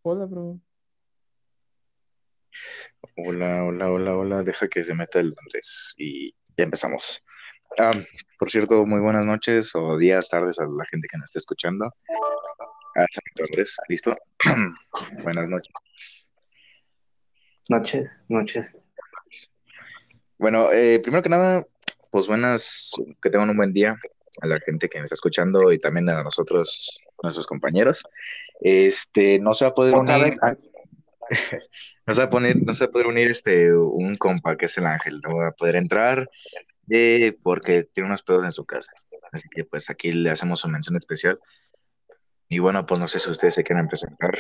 Hola, bro. Hola, hola, hola, hola. Deja que se meta el Andrés y ya empezamos. Ah, por cierto, muy buenas noches o días, tardes a la gente que nos está escuchando. Se metió Andrés, ¿listo? Buenas noches. Noches, noches. Bueno, primero que nada, pues que tengan un buen día a la gente que nos está escuchando y también a nosotros, nuestros compañeros. No se va a poder Otra unir, vez, no se va a poder unir un compa que es el Ángel, no va a poder entrar. Porque tiene unos pedos en su casa. Así que pues aquí le hacemos su mención especial. Y bueno, pues no sé si ustedes se quieren presentar.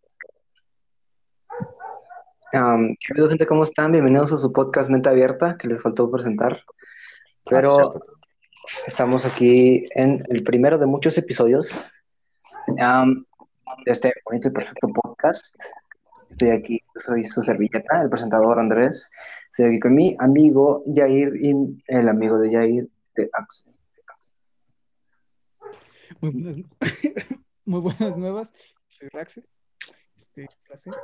¿qué ha habido, gente? ¿Cómo están? Bienvenidos a su podcast Mente Abierta, que les faltó presentar. Ah, sí, Pero cierto. estamos aquí en el primero de muchos episodios am, de este bonito y perfecto podcast. Estoy aquí, yo soy su servilleta, el presentador Andrés. Estoy aquí con mi amigo Jair y el amigo de Jair, de Axel. Muy buenas, muy buenas nuevas. Soy Raxe. Placer.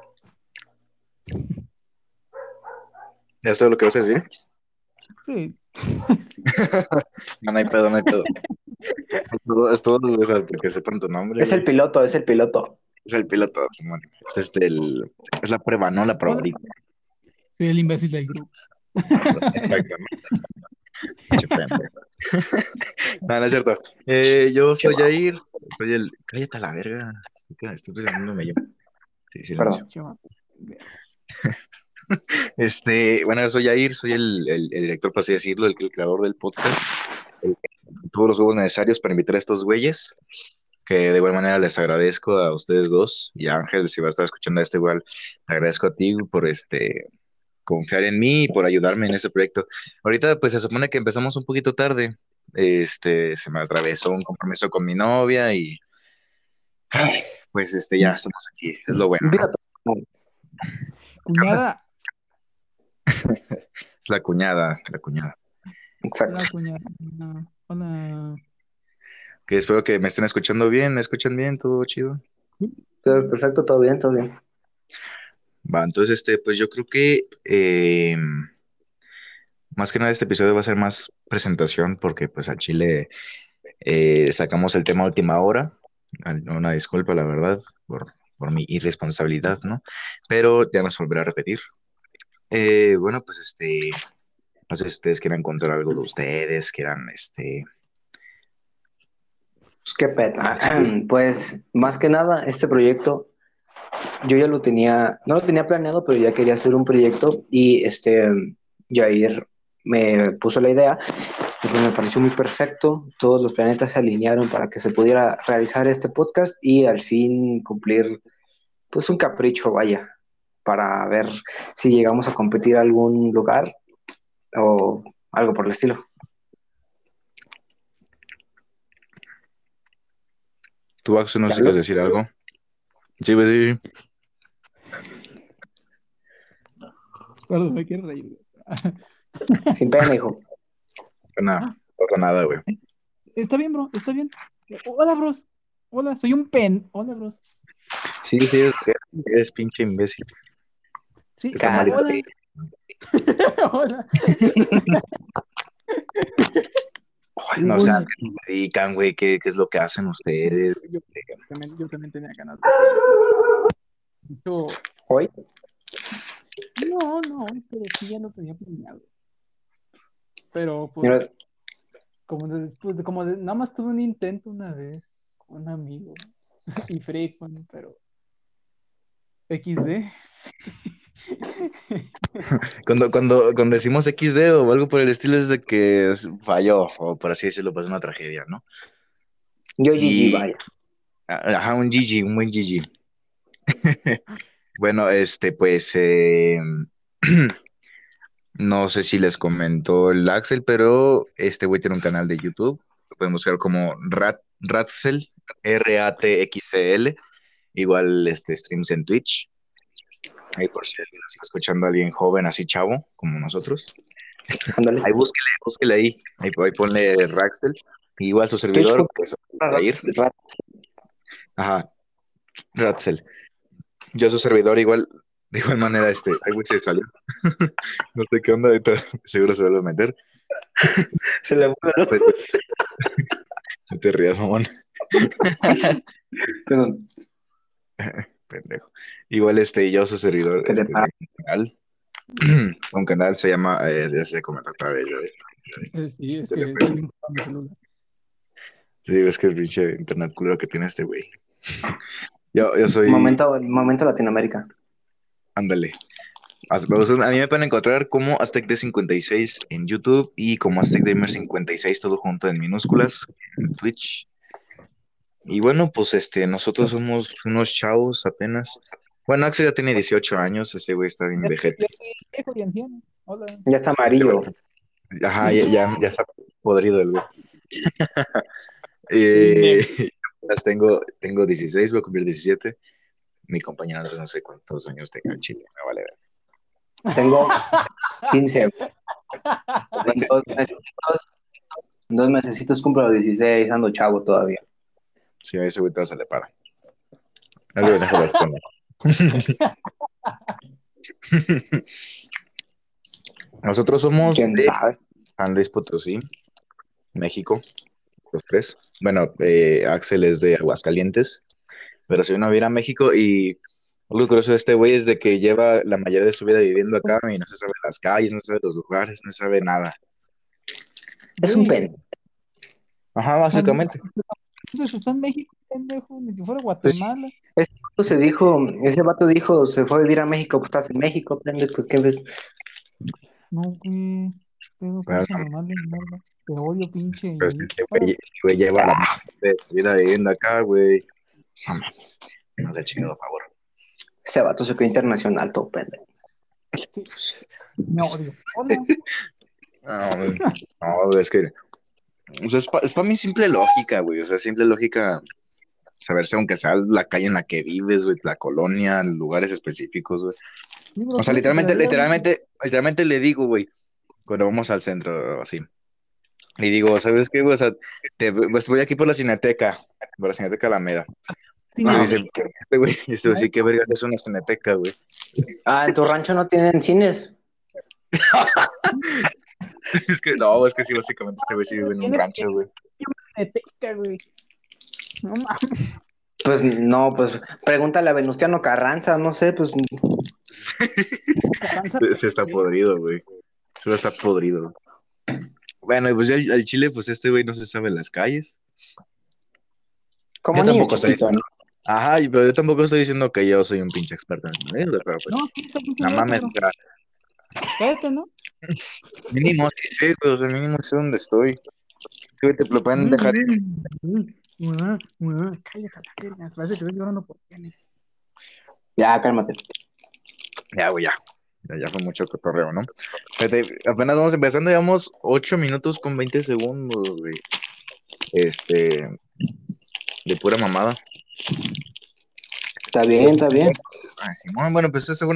¿Es todo lo que vas a decir? Sí. Sí. No, no hay pedo, no hay pedo. Es todo, o sea, porque sepan tu nombre, Es el güey. piloto, es el piloto. Es el piloto, Simón. Es la prueba, no la Hola. probadita. Soy el imbécil del grupo. Exactamente. Pinche pendejo. No, no es cierto. Yo soy Chihuahua, Jair, soy el... Cállate a la verga. Estoy presionándome yo. Sí, silencio. perdón. Chava. Bueno, yo soy Jair, soy el director, por así decirlo, el creador del podcast. El que tuvo los huevos necesarios para invitar a estos güeyes, que de igual manera les agradezco a ustedes dos y a Ángel, si va a estar escuchando esto igual, te agradezco a ti por confiar en mí y por ayudarme en este proyecto. Ahorita pues se supone que empezamos un poquito tarde. Se me atravesó un compromiso con mi novia y ay, pues ya estamos aquí, es lo bueno, ¿no? Vida personal. ¿Qué onda? Cuñada. Es la cuñada, la cuñada. Exacto. Hola, cuñada. Hola. Que espero que me estén escuchando bien, ¿me escuchan bien? ¿Todo chido? Perfecto, todo bien, todo bien. Va, entonces, pues yo creo que más que nada este episodio va a ser más presentación porque pues al Chile sacamos el tema a última hora. Una disculpa, la verdad, por mi irresponsabilidad, ¿no? Pero ya no se volverá a repetir. Bueno, pues no sé si ustedes quieran contar algo de ustedes, quieran, Pues qué pena. decir, Pues más que nada, este proyecto yo ya lo tenía, no lo tenía planeado, pero ya quería hacer un proyecto y Jair me puso la idea y pues me pareció muy perfecto. Todos los planetas se alinearon para que se pudiera realizar este podcast y al fin cumplir pues un capricho, vaya, para ver si llegamos a competir a algún lugar o algo por el estilo. tú, Axel, no sé ¿Ya si quieres hablo? decir algo. Sí, pues sí. Perdón, me quiero reír. Sin pena, hijo. Nada, no pasa nada, güey. Está bien, bro. Está bien. Hola, bros. Hola, soy un pen. Hola, bros. Sí, sí, es pinche imbécil. Sí, Está mal. hola. Hola. Ay, no sé, ¿a Hola. qué se dedican, güey? ¿Qué es lo que hacen ustedes? Yo también tenía ganas de hacerlo. Yo, Hoy, no, pero sí ya lo tenía planeado. Pero pues, mira, nada más tuve un intento una vez con un amigo y frecuente, pero XD. Cuando decimos XD o algo por el estilo es de que falló, o por así decirlo, pues una tragedia, ¿no? yo GG, Y, vaya. ajá, un GG, un buen GG. Bueno, pues, no sé si les comentó el Axel, pero este güey tiene un canal de YouTube. Lo pueden buscar como Ratxel, RATXL. Igual, streams en Twitch. Ahí por si alguien está escuchando a alguien joven, así chavo, como nosotros. Ándale. Ahí búsquele ahí. Ahí ponle Raxel. Igual su servidor, Twitch.com. que es Jair. Ajá, Ratzel. Yo su servidor igual, de igual manera, ay, güey, se salió. No sé qué onda, ahorita seguro se vuelve a meter. Se le fue, ¿no? Pues, no te rías, mamón, Perdón, pendejo. Igual, yo su servidor, ¿qué te pasa? de un canal. Un canal se llama, ya se comentó otra vez, güey. Sí, es Se le que fue. estoy bien con mi celular. Sí, es que el pinche internet culero que tiene este güey. Yo soy, Momento Latinoamérica. ándale. A mí me pueden encontrar como AztecD56 en YouTube y como AztecGamer56 todo junto en minúsculas en Twitch. Y bueno, pues nosotros somos unos chavos apenas. Bueno, Axel ya tiene 18 años, ese güey está bien vejete. Ya estoy viejo y anciano. Hola. Ya está Este amarillo. vato. Ajá, ya está podrido el güey. Estoy Eh, negro. apenas tengo 16, voy a cumplir 17. Mi compañero Andrés no sé cuántos años tenga el chile, me vale ver. Tengo 15. En 2 mesecitos cumplo los 16, ando chavo todavía. Sí, a ese güey todo se le para. Algo déjalo al fondo. Nosotros somos ¿Quién de sabe? San Luis Potosí, México, los tres. Bueno, Axel es de Aguascalientes, pero se vino a vivir a México y algo curioso de este güey es de que lleva la mayoría de su vida viviendo acá y no se sabe las calles, no sabe los lugares, no sabe nada. Es un Güey, pendejo. Ajá, San Luis, básicamente. entonces está en México, pendejo, ni que fuera Pues sí, Guatemala. ese vato dijo, se fue a vivir a México, pues estás en México, pendejo, pues qué ves. No, güey. Pero Bueno, pinche normal de mierda. Te odio, pinche pero es que Yair. Órale. este güey lleva la mayoría de su vida viviendo acá, güey. No mames, no el chingado favor. Ese vato se cree internacional, todo pendejo. Sí, me odio. Hola. No, güey. No, güey, es que, o sea, es para mí simple lógica, güey. O sea, simple lógica, saberse aunque sea la calle en la que vives, güey, la colonia, lugares específicos, güey. Sí, bro, O sea, ¿sabes que te literalmente, daría? literalmente le digo, güey, cuando vamos al centro, así, le digo, ¿sabes qué, güey? O sea, pues voy aquí por la Cineteca Alameda. Se Ah, dice, este güey, sí, qué verga es una cineteca, güey. ¿en tu rancho no tienen cines? Es que, no, es que sí, básicamente este güey sí vive en un Tiene rancho, güey. Cineteca, güey. No mames. Pues no, pues pregúntale a Venustiano Carranza, no sé, pues Carranza, Sí está podrido, güey. Solo está podrido. Bueno, y pues ya al Chile, pues este güey no se sabe las calles. como Yo niño tampoco estoy chiquito, diciendo, ¿no? ajá, pero yo tampoco estoy diciendo que yo soy un pinche experto en eso, pero pues, no, sí, está pinche nada viejo, mames, pero o sea, cállate, ¿no? mínimo sí sé, güey, o sea, mínimo sé dónde estoy. Sí, güey, te lo pueden dejar. Cállate a la verga. Parece que estoy llorando por Kenneth. Ya, cálmate. Ya, güey, ya. Ya fue mucho cotorreo, ¿no? Fíjate, apenas vamos empezando, llevamos 8 minutos con 20 segundos, güey. De pura mamada. Está bien, está bien. Ay, Simón, bueno, pues esta es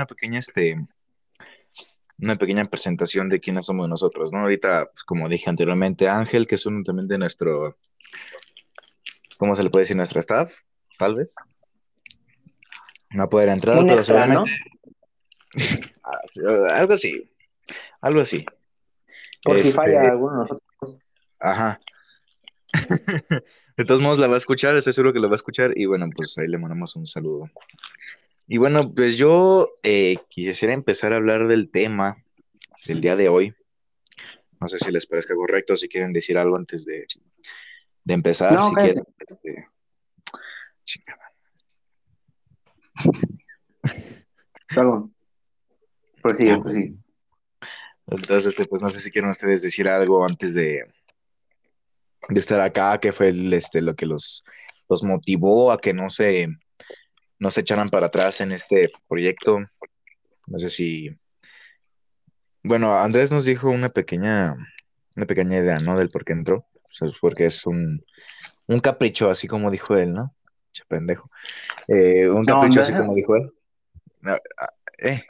una pequeña presentación de quiénes somos nosotros, ¿no? Ahorita, pues, como dije anteriormente, Ángel, que es uno también de nuestro, ¿cómo se le puede decir? Nuestro staff, tal vez. No poder entrar, Un pero extra, ¿no? seguramente, sí, algo así. Por si Este, falla alguno de nosotros. ajá. De todos modos la va a escuchar, estoy seguro que la va a escuchar y bueno, pues ahí le mandamos un saludo. Y bueno, pues yo quisiera empezar a hablar del tema del día de hoy. No sé si les parezca correcto, si quieren decir algo antes de empezar, No, si quieren. cállate. Chingada. Perdón. Ya, Prosigue, pues. prosigue. Entonces, pues no sé si quieren ustedes decir algo antes de estar acá, que fue lo que los motivó a que no se echaran para atrás en este proyecto. No sé si, bueno, Andrés nos dijo una pequeña idea, ¿no? Del por qué entró. O sea, es porque es un capricho, así como dijo él, ¿no? Che pendejo. Un No, capricho así como dijo él. No, eh,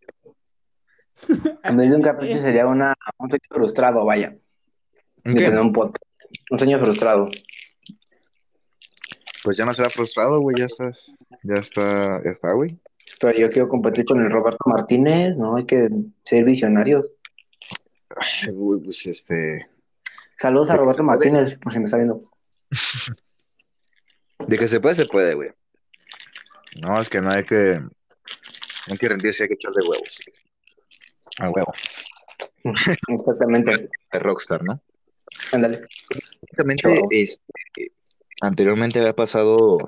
en vez de un capricho sería un sueño frustrado, vaya, ¿en de qué? tener un podcast. Un sueño frustrado. Pues ya no será frustrado, güey, ya está, güey. Pero yo quiero competir con el Roberto Martínez, ¿no? Hay que ser visionarios. Ay, güey, pues Saludos a de que se Roberto puede, Martínez, por si me está viendo. de que se puede, güey. No, es que no hay que rendirse, hay que echar de huevos. A huevo. Exactamente. De Rockstar, ¿no? Ándale. Básicamente, Chao. anteriormente había pasado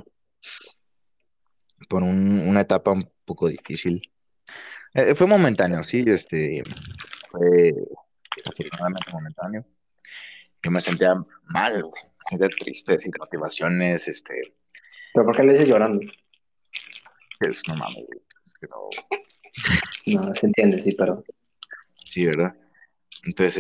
por una etapa un poco difícil. Fue momentáneo, sí, fue afortunadamente momentáneo. Yo me sentía mal, güey, me sentía triste, sin motivaciones, ¿Pero por qué le dices llorando? pues no mames, güey, es que no, No, se entiende, sí, pero... sí, ¿verdad? Entonces,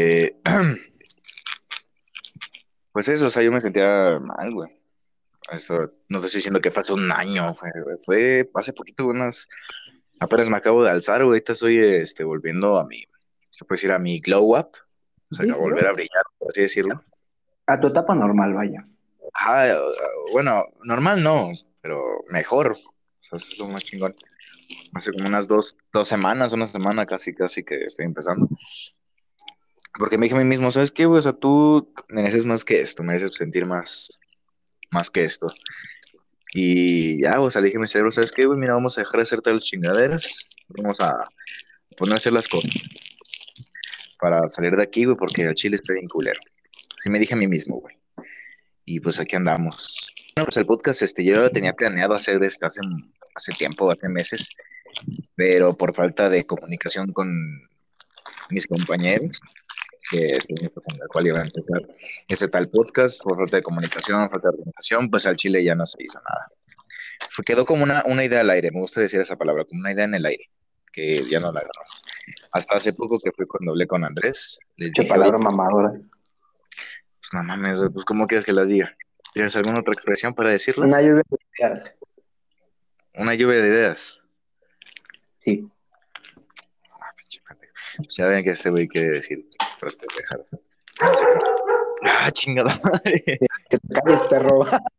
pues eso, o sea, yo me sentía mal, güey. Eso, no te estoy diciendo que fue hace un año, fue hace poquito, apenas me acabo de alzar, güey, ahorita estoy, volviendo se puede decir a mi glow up, o sea, a Sí, volver a brillar, por así decirlo. a tu etapa normal, vaya. Ah, bueno, normal no, pero mejor, o sea, eso es lo más chingón. Hace como unas dos semanas, una semana casi, casi que estoy empezando. Porque me dije a mí mismo, ¿sabes qué, güey? O sea, tú mereces más que esto, mereces sentir más que esto. Y ya, o sea, le dije a mi cerebro, ¿sabes qué, güey? Mira, vamos a dejar de hacer todas las chingaderas, vamos a poner a hacer las cosas para salir de aquí, güey, porque el chile está bien culero. Así me dije a mí mismo, güey. Y pues aquí andamos. Bueno, pues el podcast, yo lo tenía planeado hacer desde hace tiempo, hace meses, pero por falta de comunicación con mis compañeros, que es el único con el cual iba a empezar ese tal podcast, por falta de comunicación, falta de organización, pues al chile ya no se hizo nada. Quedó como una idea al aire, me gusta decir esa palabra, como una idea en el aire, que ya no la agarramos. Hasta hace poco que fui cuando hablé con Andrés, les Qué dije, oye, palabra mamadora. pues no mames, güey, pues ¿cómo quieres que la diga? ¿Tienes alguna otra expresión para decirlo? Una lluvia de ideas. Una lluvia de ideas. Sí. Ah, pinche pendejo. Pues ya ven que este güey quiere decir puras pendejadas. Ah, chingada madre. Que te calles, perro.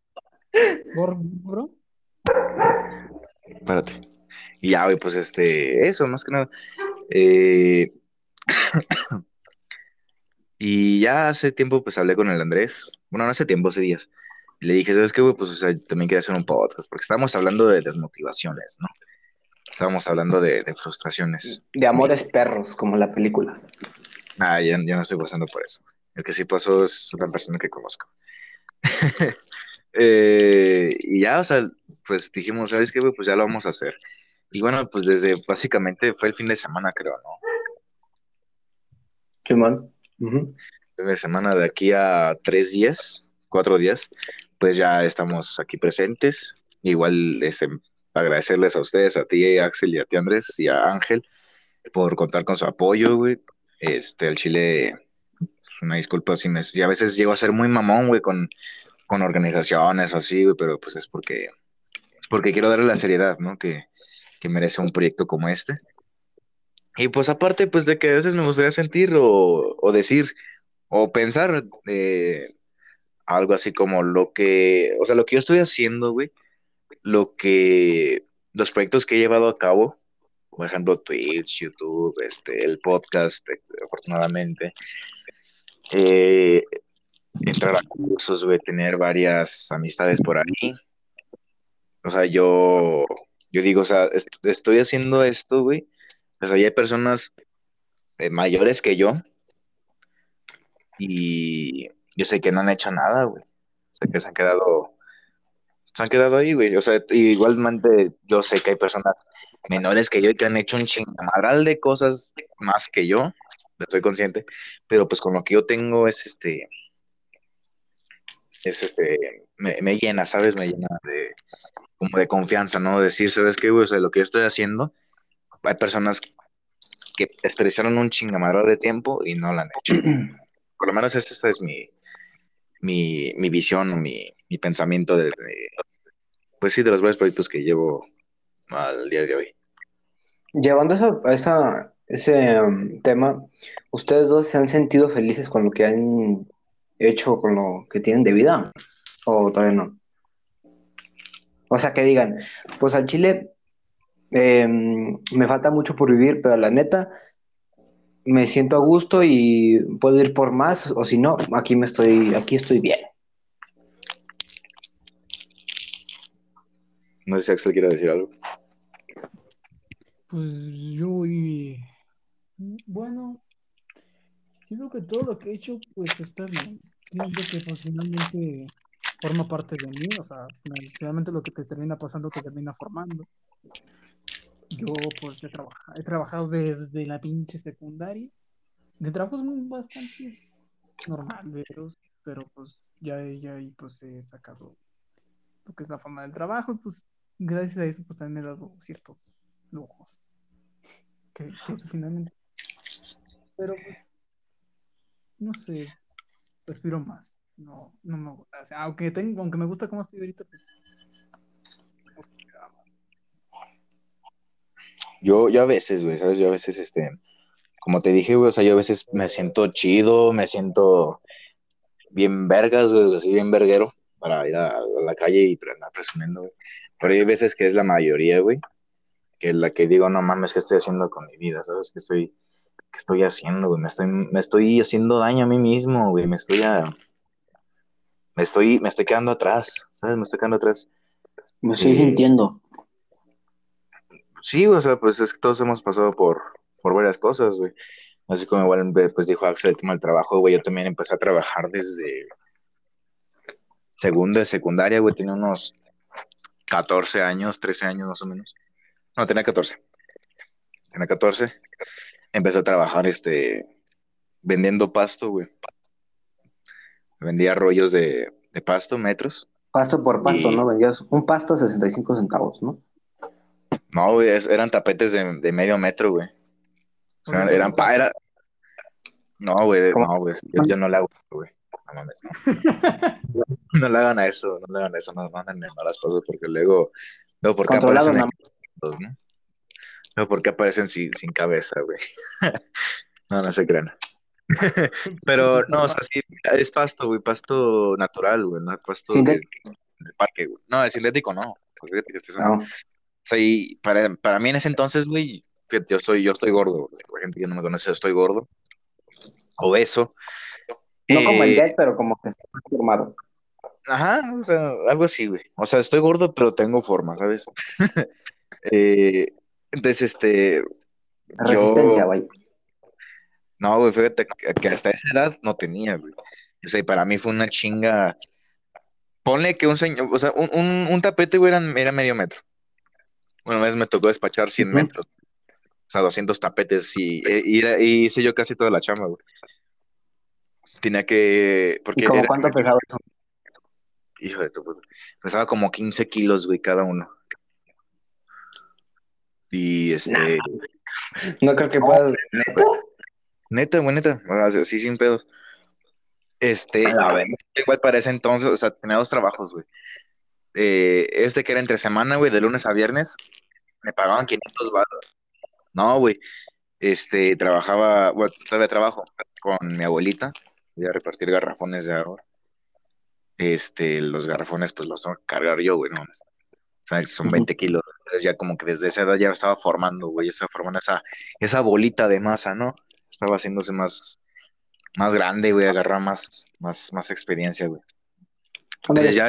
Bro, Espérate. Y ya, güey, pues eso, más que nada. Eh, y ya hace tiempo, pues hablé con el Andrés. Bueno, no hace tiempo, hace días. Y le dije, ¿sabes qué, güey? Pues, o sea, también quería hacer un podcast, porque estábamos hablando de desmotivaciones, ¿no? Estábamos hablando de frustraciones. De amores perros, como la película. Ah, yo no estoy pasando por eso. El que sí pasó es una persona que conozco. Y ya, o sea, pues dijimos, ¿sabes qué, güey? Pues ya lo vamos a hacer. Y bueno, pues desde básicamente fue el fin de semana, creo, ¿no? Simón. Ujú. Fin de semana de aquí a 3 días, 4 días, pues ya estamos aquí presentes. Igual, agradecerles a ustedes, a ti, Axel, y a ti, Andrés, y a Ángel, por contar con su apoyo, güey. El Chile, pues una disculpa si a veces llego a ser muy mamón, güey, con organizaciones o así, güey, pero pues es porque quiero darle la seriedad, ¿no? Que merece un proyecto como este. Y pues aparte, pues de que a veces me gustaría sentir o decir o pensar algo así como o sea, lo que yo estoy haciendo, güey, los proyectos que he llevado a cabo, por ejemplo, Twitch, YouTube, el podcast, afortunadamente, eh, entrar a cursos, güey, tener varias amistades por ahí. O sea, yo digo, o sea, estoy haciendo esto, güey. O sea, ya hay personas mayores que yo y yo sé que no han hecho nada, güey. O sea, que se han quedado ahí, güey. O sea, igualmente yo sé que hay personas menores que yo y que han hecho un chingamadral de cosas más que yo, estoy consciente, pero pues con lo que yo tengo me llena, ¿sabes? Me llena como de confianza, ¿no? Decir, ¿sabes qué, güey? O sea, lo que yo estoy haciendo, hay personas que desperdiciaron un chingamadral de tiempo y no lo han hecho. Por lo menos esta es mi visión, mi pensamiento pues sí, de los varios proyectos que llevo al día de hoy. Llevando ese tema, ¿ustedes dos se han sentido felices con lo que han hecho, con lo que tienen de vida? ¿O todavía no? O sea, que digan, pues al Chile me falta mucho por vivir, pero la neta me siento a gusto y puedo ir por más, o si no, aquí estoy bien. No sé si Axel quiere decir algo. Pues yo y bueno, siento que todo lo que he hecho pues está bien. Siento que pues finalmente forma parte de mí, o sea, finalmente lo que te termina pasando te termina formando. Yo pues he trabajado desde la pinche secundaria, de trabajos bastante normales, pero pues ya ahí pues he sacado lo que es la fama del trabajo y pues gracias a eso pues también me he dado ciertos lujos, que eso finalmente, pero pues no sé, respiro más, no me gusta, o sea, aunque me gusta cómo estoy ahorita, pues me gusta. Yo a veces, güey, ¿sabes? Yo a veces, como te dije, güey, o sea, yo a veces me siento chido, me siento bien vergas, güey, así bien verguero para ir a la calle y andar presumiendo, güey. Pero hay veces que es la mayoría, güey, que es la que digo, no mames, ¿qué estoy haciendo con mi vida? ¿Sabes? ¿Qué estoy haciendo, güey? Me estoy haciendo daño a mí mismo, güey, me estoy quedando atrás, ¿sabes? Me estoy quedando atrás. Me estoy Eh, sintiendo. sí, o sea, pues es que todos hemos pasado por varias cosas, güey. Así como igual, pues dijo Axel el tema del trabajo, güey, yo también empecé a trabajar desde segundo de secundaria, güey, tenía unos 14 años, 13 años más o menos. No, tenía 14. Empecé a trabajar, vendiendo pasto, güey. Vendía rollos de pasto, metros. Pasto por pasto, Y ¿no? Vendías un pasto a 65 centavos, ¿no? no, güey, eran tapetes de medio metro, güey. O Oye, sea, pero ¿cómo? no, Como güey, yo no le hago eso, güey. No mames, no. No le hagan a eso, no le hagan a eso, no anden en malas cosas porque luego, ¿por qué controlado aparecen nada aquí, más. ¿no? Luego, ¿por qué aparecen sin cabeza, güey? No, no se crean. ¿Qué Pero tipo de no, o sea, sí, es pasto, güey, pasto natural, güey, no pasto que Sintético. del parque, güey. No, el sintético no, pues fíjate que estés sonando. O No. sea, y para mí en ese entonces, güey, fíjate, yo estoy gordo, güey. Por gente que no me conoce, yo estoy gordo, obeso. No como el Eh, Dead, pero como que está formado. ajá, o sea, algo así, güey. O sea, estoy gordo, pero tengo forma, ¿sabes? Eh, entonces, yo, Resistencia, vaya. no, güey, fíjate que hasta esa edad no tenía, güey. O sea, y para mí fue una chinga. Ponle que un señor, o sea, un tapete, güey, era medio metro. Una vez me tocó despachar 100 Ujú. metros, o sea, 200 tapetes y hice yo casi toda la chamba, güey. Tenía que, ¿Y porque como era, cuánto pesaba eso? hijo de tu puta, pesaba como 15 kilos, güey, cada uno. Y Nah, no creo que puedas. ¿Neta? neta, güey, neta, o sea, así sin pedos. A la vez. Igual para ese entonces, o sea, tenía dos trabajos, güey. Que era entre semana, güey, de lunes a viernes, me pagaban 500 baros. No, güey, trabajaba, bueno, todavía trabajo con mi abuelita, voy a repartir garrafones de agua. Los garrafones, pues los tengo que cargar yo, güey, no mames. O sea, son Ujú. 20 kilos. Entonces ya como que desde esa edad ya estaba formando, güey, estaba formando esa bolita de masa, ¿no? Estaba haciéndose más grande, güey, agarrar más experiencia, güey. Ándale. Entonces ya,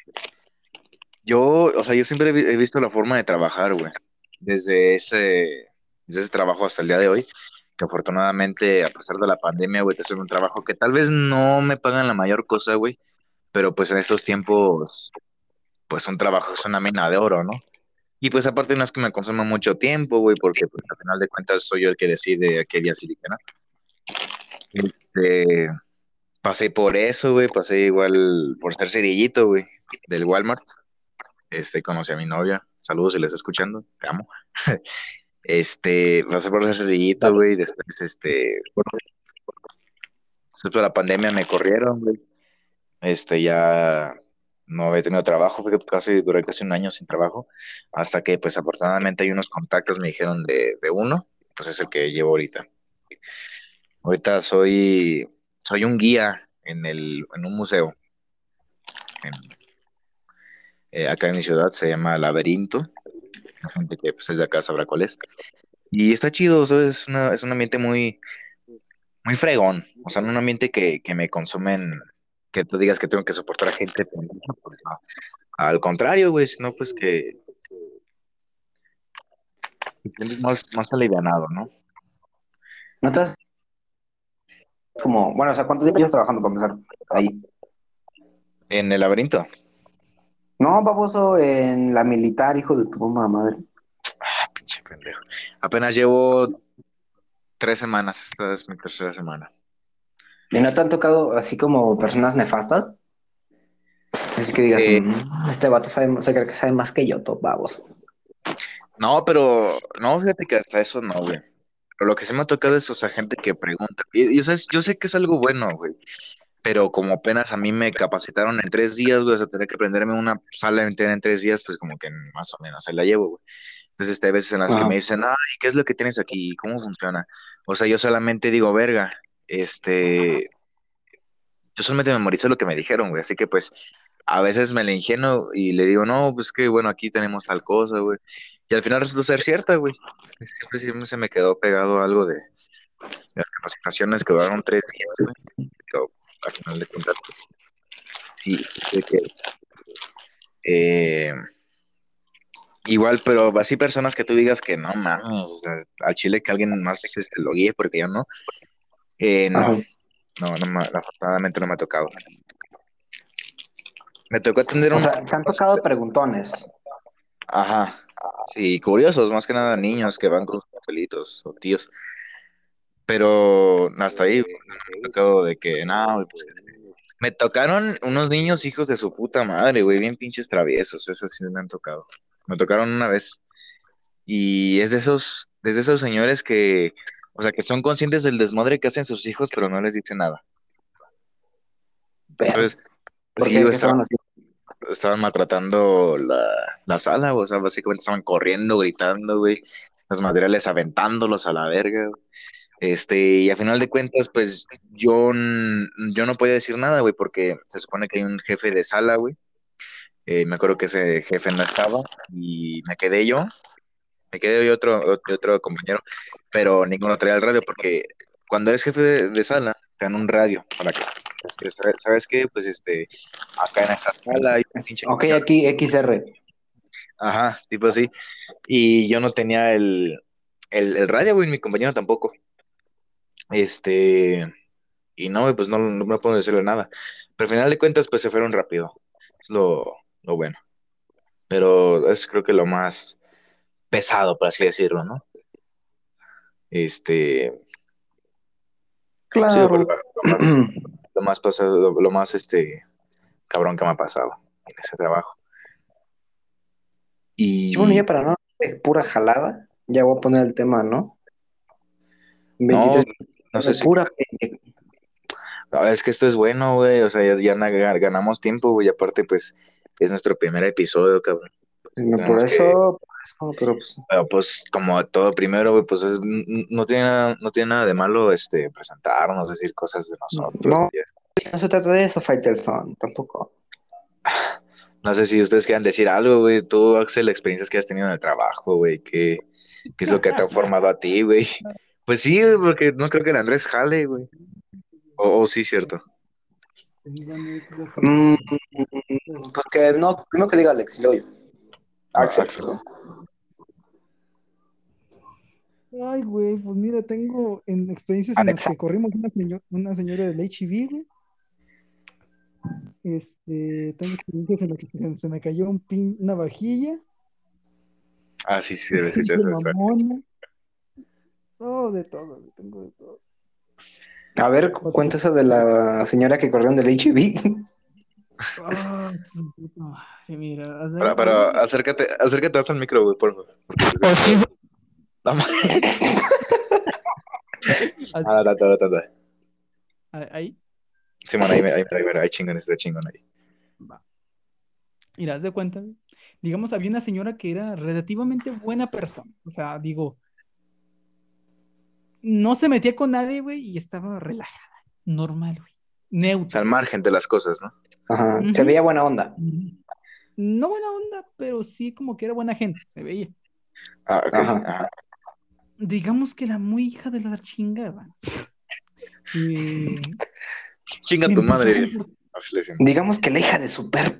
o sea, yo siempre he visto la forma de trabajar, güey, desde ese trabajo hasta el día de hoy, que afortunadamente, a pesar de la pandemia, güey, te haciendo un trabajo que tal vez no me pagan la mayor cosa, güey, pero pues en esos tiempos, pues un trabajo es una mina de oro, ¿no? Y pues aparte no es que me consuma mucho tiempo, güey, porque pues al final de cuentas soy yo el que decide a qué día sí y qué no. Este, pasé por eso, güey, pasé igual por ser cerillito, güey, del Walmart. Conocí a mi novia. Saludos si la estás escuchando, te amo. Pasé por ser cerillito, Dale. güey, después, después de la pandemia me corrieron, güey. Ya no había tenido trabajo, fíjate, duré casi un año sin trabajo, hasta que, pues, afortunadamente hay unos contactos, me dijeron de uno, pues es el que llevo ahorita. Ahorita soy un guía en un museo. En- acá en mi ciudad, se llama Laberinto. La gente que pues, es de acá sabrá cuál es. Y está chido, o sea, es un ambiente muy, muy fregón. O sea, no un ambiente que me consumen, que tú digas que tengo que soportar a gente pendeja, pues no. Al contrario, güey, sino pues que tienes más alivianado, ¿no? ¿Notas como, bueno, o sea, cuánto tiempo llevas trabajando para empezar ahí? En el laberinto. No, baboso, en la militar, hijo de tu mamá madre. Ah, pinche pendejo. Apenas llevo 3 semanas, esta es mi tercera semana. ¿Y no te han tocado así como personas nefastas? Así que digas, Eh, este vato sabe, se cree que sabe más que yo, todo baboso. no, pero no, fíjate que hasta eso no, güey. Pero lo que sí me ha tocado es, o sea, gente que pregunta. Y, o sea, yo sé que es algo bueno, güey. Pero como apenas a mí me capacitaron en 3 días, güey, o sea, tener que aprenderme una sala entera en 3 días, pues como que más o menos ahí la llevo, güey. Entonces, hay veces en las que me Ajá. dicen, ay, ¿qué es lo que tienes aquí? ¿Cómo funciona? O sea, yo solamente digo, verga, yo solamente memorizo lo que me dijeron, güey. Así que, pues, a veces me la ingenio y le digo, no, pues que, bueno, aquí tenemos tal cosa, güey. Y al final resulta ser cierta, güey. Siempre se me quedó pegado algo de las capacitaciones que duraron 3 días, güey. Pero al final de cuentas, pues, sí, de que, eh, igual, pero así personas que tú digas que no mames, o sea, al chile que alguien más lo guíe, porque yo no, no, Ajá. afortunadamente no me ha tocado. Me tocó atender O un, sea, te han tocado preguntones. ajá, sí, curiosos, más que nada niños que van con sus abuelitos o tíos, pero hasta ahí, no me ha tocado de que, no, güey, pues, me tocaron unos niños hijos de su puta madre, güey, bien pinches traviesos, esos sí me han tocado. Me tocaron una vez. Y es de esos señores que, o sea, que son conscientes del desmadre que hacen sus hijos, pero no les dicen nada. Pero, Entonces, ¿por sí, qué? güey, ¿Qué estaban haciendo? estaban maltratando la sala, güey, o sea, básicamente estaban corriendo, gritando, güey, los materiales aventándolos a la verga, güey. Y a final de cuentas, pues yo no podía decir nada, güey, porque se supone que hay un jefe de sala, güey. Me acuerdo que ese jefe no estaba y me quedé yo otro compañero, pero ninguno traía el radio porque cuando eres jefe de sala, te dan un radio para que, ¿sabes qué? Pues acá en esta sala hay un pinche Ok, señor. aquí XR. Ajá, tipo así. Y yo no tenía el radio, güey, mi compañero tampoco. Este, y no, güey, pues no me puedo decirle nada. Pero al final de cuentas, pues se fueron rápido. Es lo bueno. Pero es creo que lo más pesado, por así decirlo, ¿no? Este, sí, Claro. lo más pasado, lo más cabrón que me ha pasado en ese trabajo. Y bueno, ya Y para no de pura jalada, ya voy a poner el tema, ¿no? no, 23 no sé de si pura pendeja. no, es que esto es bueno, güey. O sea, ya ganamos tiempo, güey. Aparte, pues, es nuestro primer episodio, cabrón. Entonces, No, tenemos que, pero pues, pero, pues, como todo primero, güey, pues no tiene nada de malo, presentarnos, decir cosas de nosotros. no, no se trata de eso, Faitelson, tampoco. No sé si ustedes quieran decir algo, güey. Tú, Axel, experiencias que has tenido en el trabajo, güey. ¿Qué es lo que te ha formado a ti, güey? Pues sí, güey, porque no creo que el Andrés jale, güey. O sí, cierto. Tengo anécdotas Mm, de... pues que no, primero que diga Alex, y luego yo. Axel, Axel. perdón. Ay, güey, pues mira, tengo en experiencias en las Alexa. que corrimos una señora del HIV, güey. Tengo experiencias en las que se me cayó una vajilla, Ah, sí, sí, debes echar pinche esa historia. mamona, todo de todo, güey, tengo de todo. A ver, Cuatro- cuenta eso de la señora que corrió del HIV. Su puta madre, mira, Pero acércate hasta el micro, güey, por favor. Porque se oh, escucha sí, todo. La ma- haz- Ah, ta. ahí, Simón, ahí chingón, está chingón ahí. va. Mira, haz de cuenta, güey. Digamos, había una señora que era relativamente buena persona, o sea, digo, no se metía con nadie, güey, y estaba relajada, normal, güey, O sea, al neutra. margen de las cosas, ¿no? Ajá, se Ujú, veía buena onda. ujú. no buena onda, pero sí como que era buena gente, se veía. Ah, ok, Ajá. ajá. Digamos que la muy hija de la chingada. Sí, Chinga me tu empezó a madre. comportar. Así le decimos. Digamos que la hija de su perro.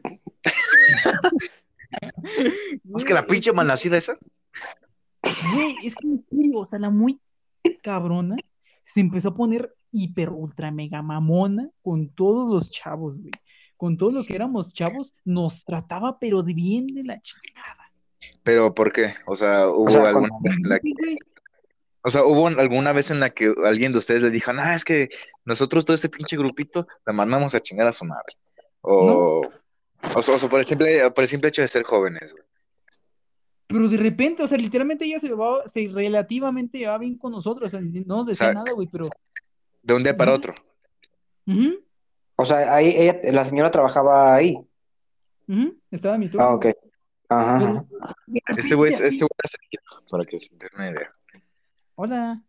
Es que la Güey, pinche malnacida esa. es que en serio, o sea, la muy cabrona se empezó a poner hiper ultra mega mamona con todos los chavos, güey. Con todo lo que éramos chavos, nos trataba pero de bien de la chingada. Pero ¿por qué? O sea, O hubo sea, alguna vez en la que, Güey, o sea, hubo alguna vez en la que alguien de ustedes le dijo, ah, es que nosotros todo este pinche grupito la mandamos a chingar a su madre. ¿no? O sea, por el simple hecho de ser jóvenes, güey. Pero de repente, o sea, literalmente ella se relativamente llevaba bien con nosotros, o sea, no nos O decía sea, nada, güey, pero de un día para ajá, otro. ujú, o sea, ahí ella, la señora trabajaba ahí. ujú, estaba en mi Ah, turno, ok. Ajá, pero ajá. de Este güey, repente este así, güey es el- para que se den una idea. hola.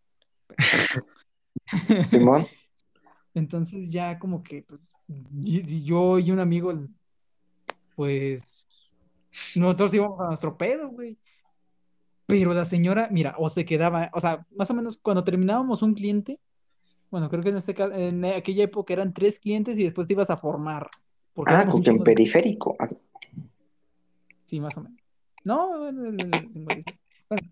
Simón. Entonces ya como que, pues, y yo y un amigo, pues, nosotros íbamos a nuestro pedo, güey. Pero la señora, mira, o se quedaba, o sea, más o menos cuando terminábamos un cliente, bueno, creo que en este caso, en aquella época eran 3 clientes y después te ibas a formar, porque Ah, éramos como un que en chingo de... periférico. Ah, Sí, más o menos. No, bueno, el 56. Bueno,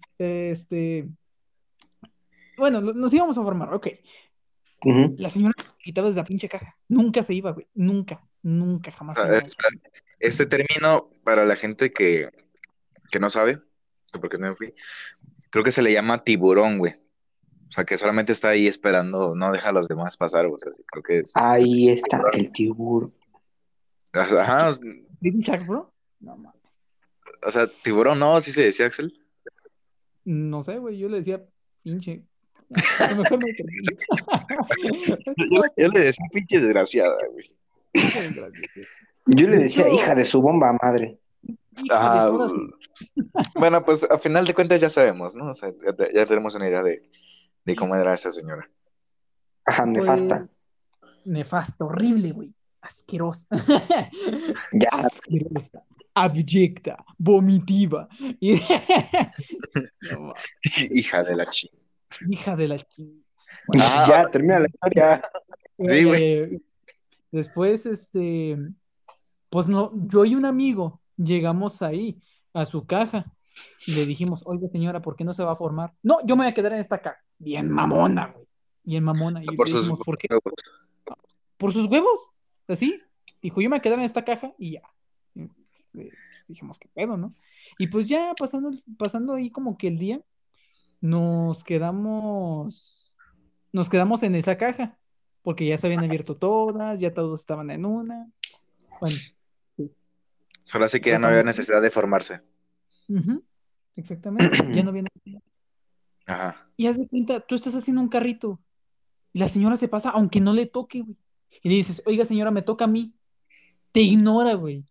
bueno, nos íbamos a formar, ok. ujú. La señora quitaba desde la pinche caja. Nunca se iba, güey. Nunca, nunca, O jamás se sea, iba de esa. este término, para la gente que no sabe, que porque no fui, creo que se le llama tiburón, güey. O sea, que solamente está ahí esperando, no deja a los demás pasar, güey. O sea, sí, creo que es. Ahí está el tiburón. Ajá, ¿Baby Shark, bro? No mames. o sea, tiburón, no, sí se decía Axel. No sé, güey. Yo le decía, pinche. A lo mejor me perdí. Yo le decía pinche desgraciada, güey. Pinche desgracia. Yo le De decía hecho, hija de su bomba madre. hija de Ah, todas. bueno, pues a final de cuentas ya sabemos, ¿no? O sea, ya tenemos una idea de cómo era esa señora. Ajá, Pues nefasta. nefasta, horrible, güey. Asquerosa. Ya. Asquerosa. Abyecta. Vomitiva. Y... No, Hija de la chingada. hija de la chingada. Bueno, Ah, Ya, termina la historia. ya, sí, ya, güey. ya. Después, pues no, yo y un amigo llegamos ahí a su caja y le dijimos, oiga señora, ¿por qué no se va a formar? No, yo me voy a quedar en esta caja. Bien mamona, güey. Bien mamona. Y Por le sus dijimos, ¿por qué? huevos. Por sus huevos. Así. Dijo, yo me voy a quedar en esta caja y ya. Y, dijimos, ¿qué pedo, no? Y pues ya pasando ahí como que el día, nos quedamos, nos quedamos en esa caja, porque ya se habían abierto todas, ya todos estaban en una. Bueno, sí, Ahora sí que todos ya no había estaban. necesidad de formarse. Ujú, exactamente, ya no viene. Ajá. Y haz de cuenta, tú estás haciendo un carrito y la señora se pasa aunque no le toque, güey. Y le dices, oiga, señora, me toca a mí. Te ignora, güey.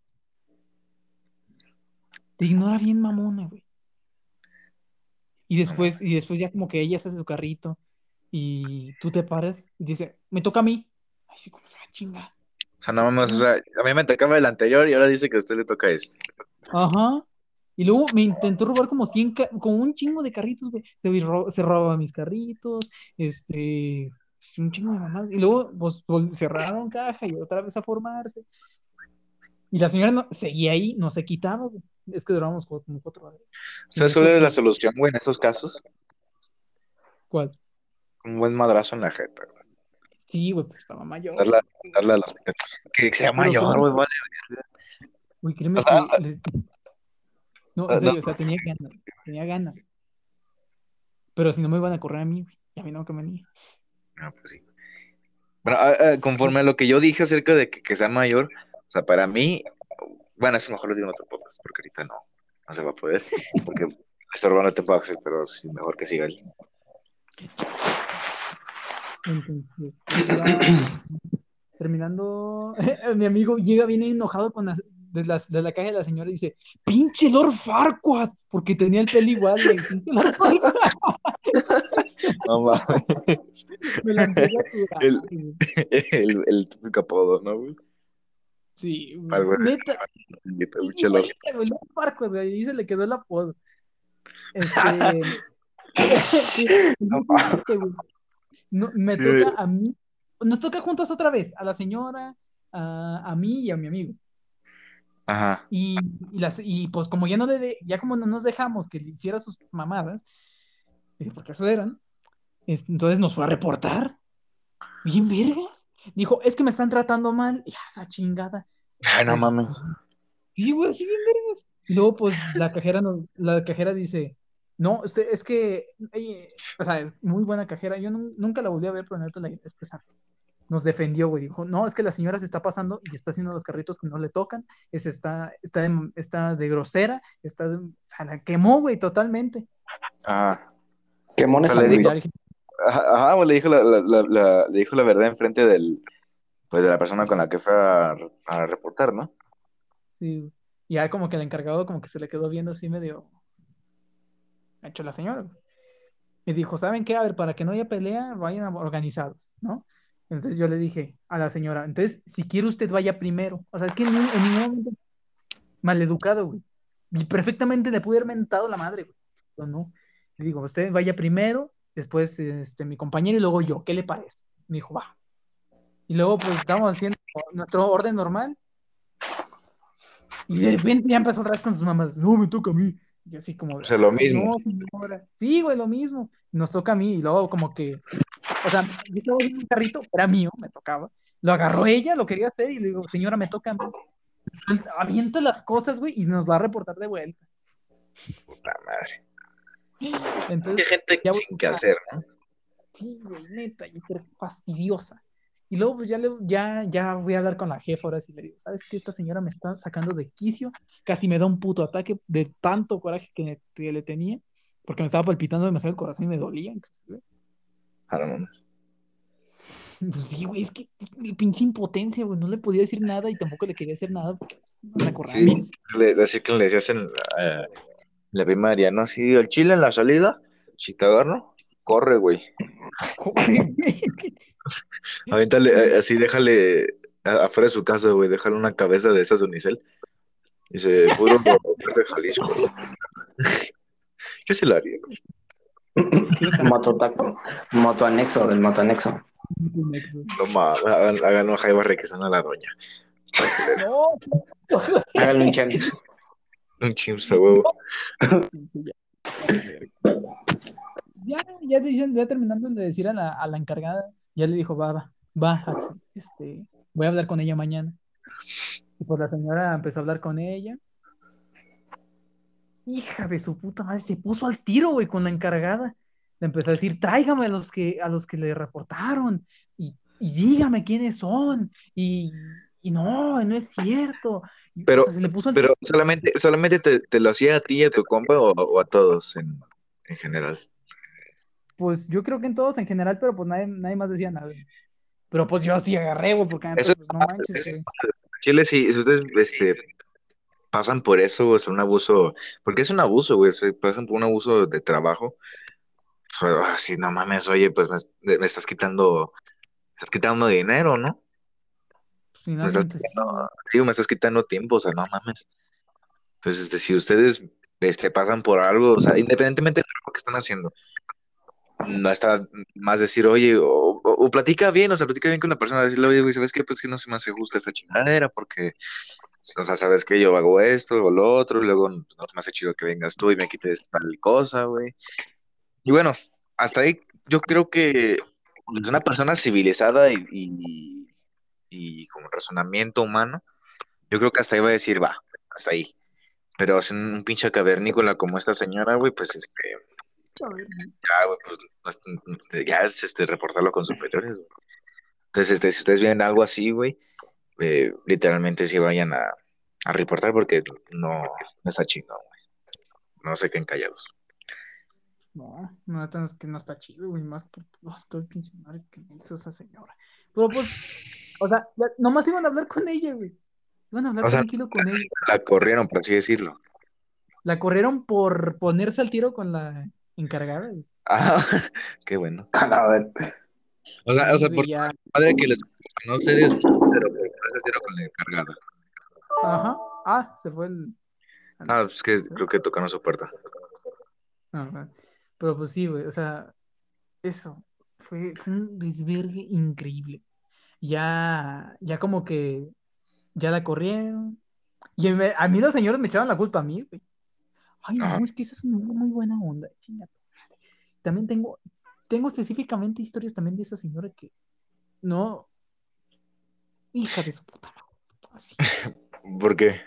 Te ignora bien mamona, güey. No mames. Y después ya como que ella se hace su carrito y tú te paras y dice, me toca a mí. Ay, sí, como se va a chingar. O sea, no mames, o sea, a mí me tocaba el anterior y ahora dice que a usted le toca este. Ajá. Y luego me intentó robar como 100, como un chingo de carritos, güey. Se robaba mis carritos, un chingo de mamadas. Y luego, pues, cerraron caja y otra vez a formarse. Y la señora seguía ahí, no se quitaba, güey. Es que durábamos como 4 horas. Y en ¿Sabes cuál eso, es la pues, solución, güey, en esos casos? ¿cuál? Un buen madrazo en la jeta, güey. Sí, güey, pues estaba mayor, Darle, güey. darle a los petos. Que sea Pero mayor, créeme, güey, vale. güey, O créeme sea, que no, en no, serio, o sea, tenía ganas. Pero si no me iban a correr a mí, güey. Y a mí no que venía. no, pues sí. Bueno, conforme a lo que yo dije acerca de que sea mayor, o sea, para mí, bueno, eso mejor lo digo en otro podcast, porque ahorita no se va a poder, porque estorbando te puedo hacer, pero sí, mejor que siga él. Entonces, pues ya terminando, mi amigo llega bien enojado de la caja de la señora y dice, pinche Lord Farquaad, porque tenía el pelo igual, güey, pinche Lord Farquaad. No mames. Me la empezó a sudar, El, güey. el típico apodo, ¿no, güey? Sí, güey. Algo Neta, pinche loco. igualita, güey, no Marcos, güey, ahí se le quedó el apodo. Este, sí, No, güey. No, me Sí, toca a mí, nos toca juntos otra vez, a la señora, a mí y a mi amigo. ajá. Y pues como ya no ya como no nos dejamos que le hiciera sus mamadas, porque eso eran, entonces nos fue a reportar, bien vergas. Dijo, es que me están tratando mal. Y la chingada. Ay, no Pues, mames. sí, güey, sí, bien vergas. Y luego, pues, la cajera dice, no, es que, o sea, es muy buena cajera. Yo nunca la volví a ver, pero neta, es que, ¿sabes? Nos defendió, güey. Dijo, no, es que la señora se está pasando y está haciendo los carritos que no le tocan. Está de grosera, o sea, la quemó, güey, totalmente. Ajá. O quemones sea, San le Y dijo, Luis. ya dije, ajá, güey, le dijo la verdad enfrente pues de la persona con la que fue a reportar, ¿no? sí, güey. Y ya como que el encargado como que se le quedó viendo así medio hecho la señora, güey. Y dijo, ¿saben qué? A ver, para que no haya pelea, vayan organizados, ¿no? Entonces yo le dije a la señora, entonces, si quiere usted vaya primero. O sea, es que en ningún momento maleducado, güey. Y perfectamente le pude haber mentado la madre, güey. Pero no. Le digo, usted vaya primero, después mi compañero y luego yo. ¿Qué le parece? Me dijo, va. Y luego, pues, estábamos haciendo nuestro orden normal. Y de repente ya empezó otra vez con sus mamás. No, me toca a mí. Y yo así como, O sea, lo ay, mismo. no, señora. Sí, güey, lo mismo. Nos toca a mí. Y luego como que, o sea, yo estaba haciendo un carrito, era mío, me tocaba. Lo agarró ella, lo quería hacer y le digo, señora, me toca a mí. Avienta las cosas, güey, y nos va a reportar de vuelta. La madre. Qué Entonces, gente ya voy sin que hacer, ¿no? sí, güey, neta, y pero fastidiosa. Y luego, pues ya voy a hablar con la jefa ahora sí le digo, ¿sabes qué? Esta señora me está sacando de quicio, casi me da un puto ataque de tanto coraje que le tenía, porque me estaba palpitando demasiado el corazón y me dolía, inclusive. Ah, no mames. Pues sí, güey, es que el pinche impotencia, güey, no le podía decir nada y tampoco le quería hacer nada porque me van a correr a Sí, mí. así que le decías en la primaria, ¿no? Sí, el chile en la salida, si te agarro, corre, güey. Corre, güey. Avéntale, Sí, así déjale afuera de su casa, güey, déjale una cabeza de esas de unicel. Dice, puro de Jalisco. ¿Qué se lo haría, güey? quiero estar Mototaco, motoanexo, del motoanexo. en un nexo. No mames, hagan una jaiba requesando a la doña. Está culero. No, Háganle un chems. Un chimps a huevo. ya, vale, verga. Ya terminando de decir a la encargada, ya le dijo, va, Axel, voy a hablar con ella mañana. Y pues la señora empezó a hablar con ella. Hija de su puta madre, se puso al tiro, güey, con la encargada. Le empezó a decir, tráigame a los que le reportaron y dígame quiénes son. Y no es cierto. O sea, Pero, se le puso al pero tiro. solamente te lo hacía a ti y a tu compa o a todos en general. Pues yo creo que en todos en general, pero pues nadie más decía nada. Pero pues yo sí agarré, güey, porque Eso antes, es pues no normal, manches, güey. Chile, si ustedes pasan por eso, güey, es un abuso, porque es un abuso, güey, se pasan por un abuso de trabajo. Si no mames, oye, pues me estás quitando dinero, ¿no? Me estás Finalmente sí, quitando, güey. digo, me estás quitando tiempo, o sea, no mames. Entonces, si ustedes pasan por algo, o sea, independientemente del trabajo que están haciendo, no está más decir, oye, o platica bien, o sea, platica bien con la persona, decirle, oye, güey, ¿sabes qué? Pues que no se me hace justa esta chingadera, porque, o sea, sabes que yo hago esto o lo otro, y luego pues, no se me hace chido que vengas tú y me quites tal cosa, güey. Y bueno, hasta ahí yo creo que pues, una persona civilizada y con razonamiento humano, yo creo que hasta ahí va a decir, va, hasta ahí. Pero si un pinche cavernícola como esta señora, güey, pues A ver, ya, güey, pues ya es reportarlo con superiores, güey. Entonces, si ustedes ven algo así, güey, literalmente sí vayan a reportar porque no está chingón, güey. No se queden callados. no, es que no está chido, güey, más por todo el pinche madre que me hizo esa señora. Pero pues, o sea, nomás iban a hablar con ella, güey. Iban a hablar O sea, tranquilo con ella. la corrieron, por así decirlo. La corrieron por ponerse al tiro con la encargada, güey. Ah, qué bueno. A ver, O sea, Sí, por güey, ya. madre que les no ustedes, pero por ponerse al tiro con la encargada. Ajá. Ah, se fue Ah, pues que ¿ves? creo que tocaron su puerta. Ajá. Pero pues sí, güey, o sea, eso fue un desvergue increíble. Ya como que ya la corrieron. Y a mí los señores me echaban la culpa a mí, güey. Ay, Ajá. no, es que esa es una muy buena onda, chingada. También tengo específicamente historias también de esa señora que no, hija de su puta madre. Así. ¿Por qué?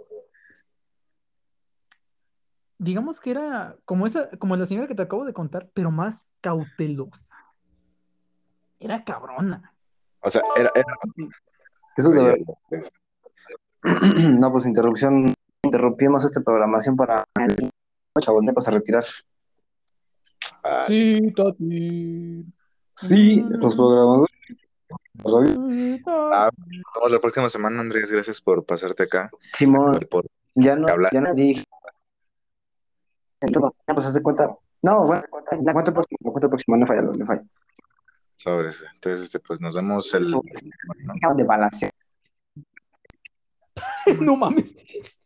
Digamos que era como la señora que te acabo de contar, pero más cautelosa. Era cabrona. O sea, era... Eso es de ya- verdad. No, pues interrumpimos esta programación para el chabón vas a retirar. Ah, Sí, Tati. Sí, los programadores de radio. Sí, ah, Tati. nos vemos la próxima semana, Andrés. Gracias por pasarte acá Simón, y por ya hablar. no dije, ya pasaste cuenta. No, bueno, la cuenta próxima, no falla, no falla. Sobres, güey. Entonces, pues nos vemos ¿no? Acaban de balancear. No mames.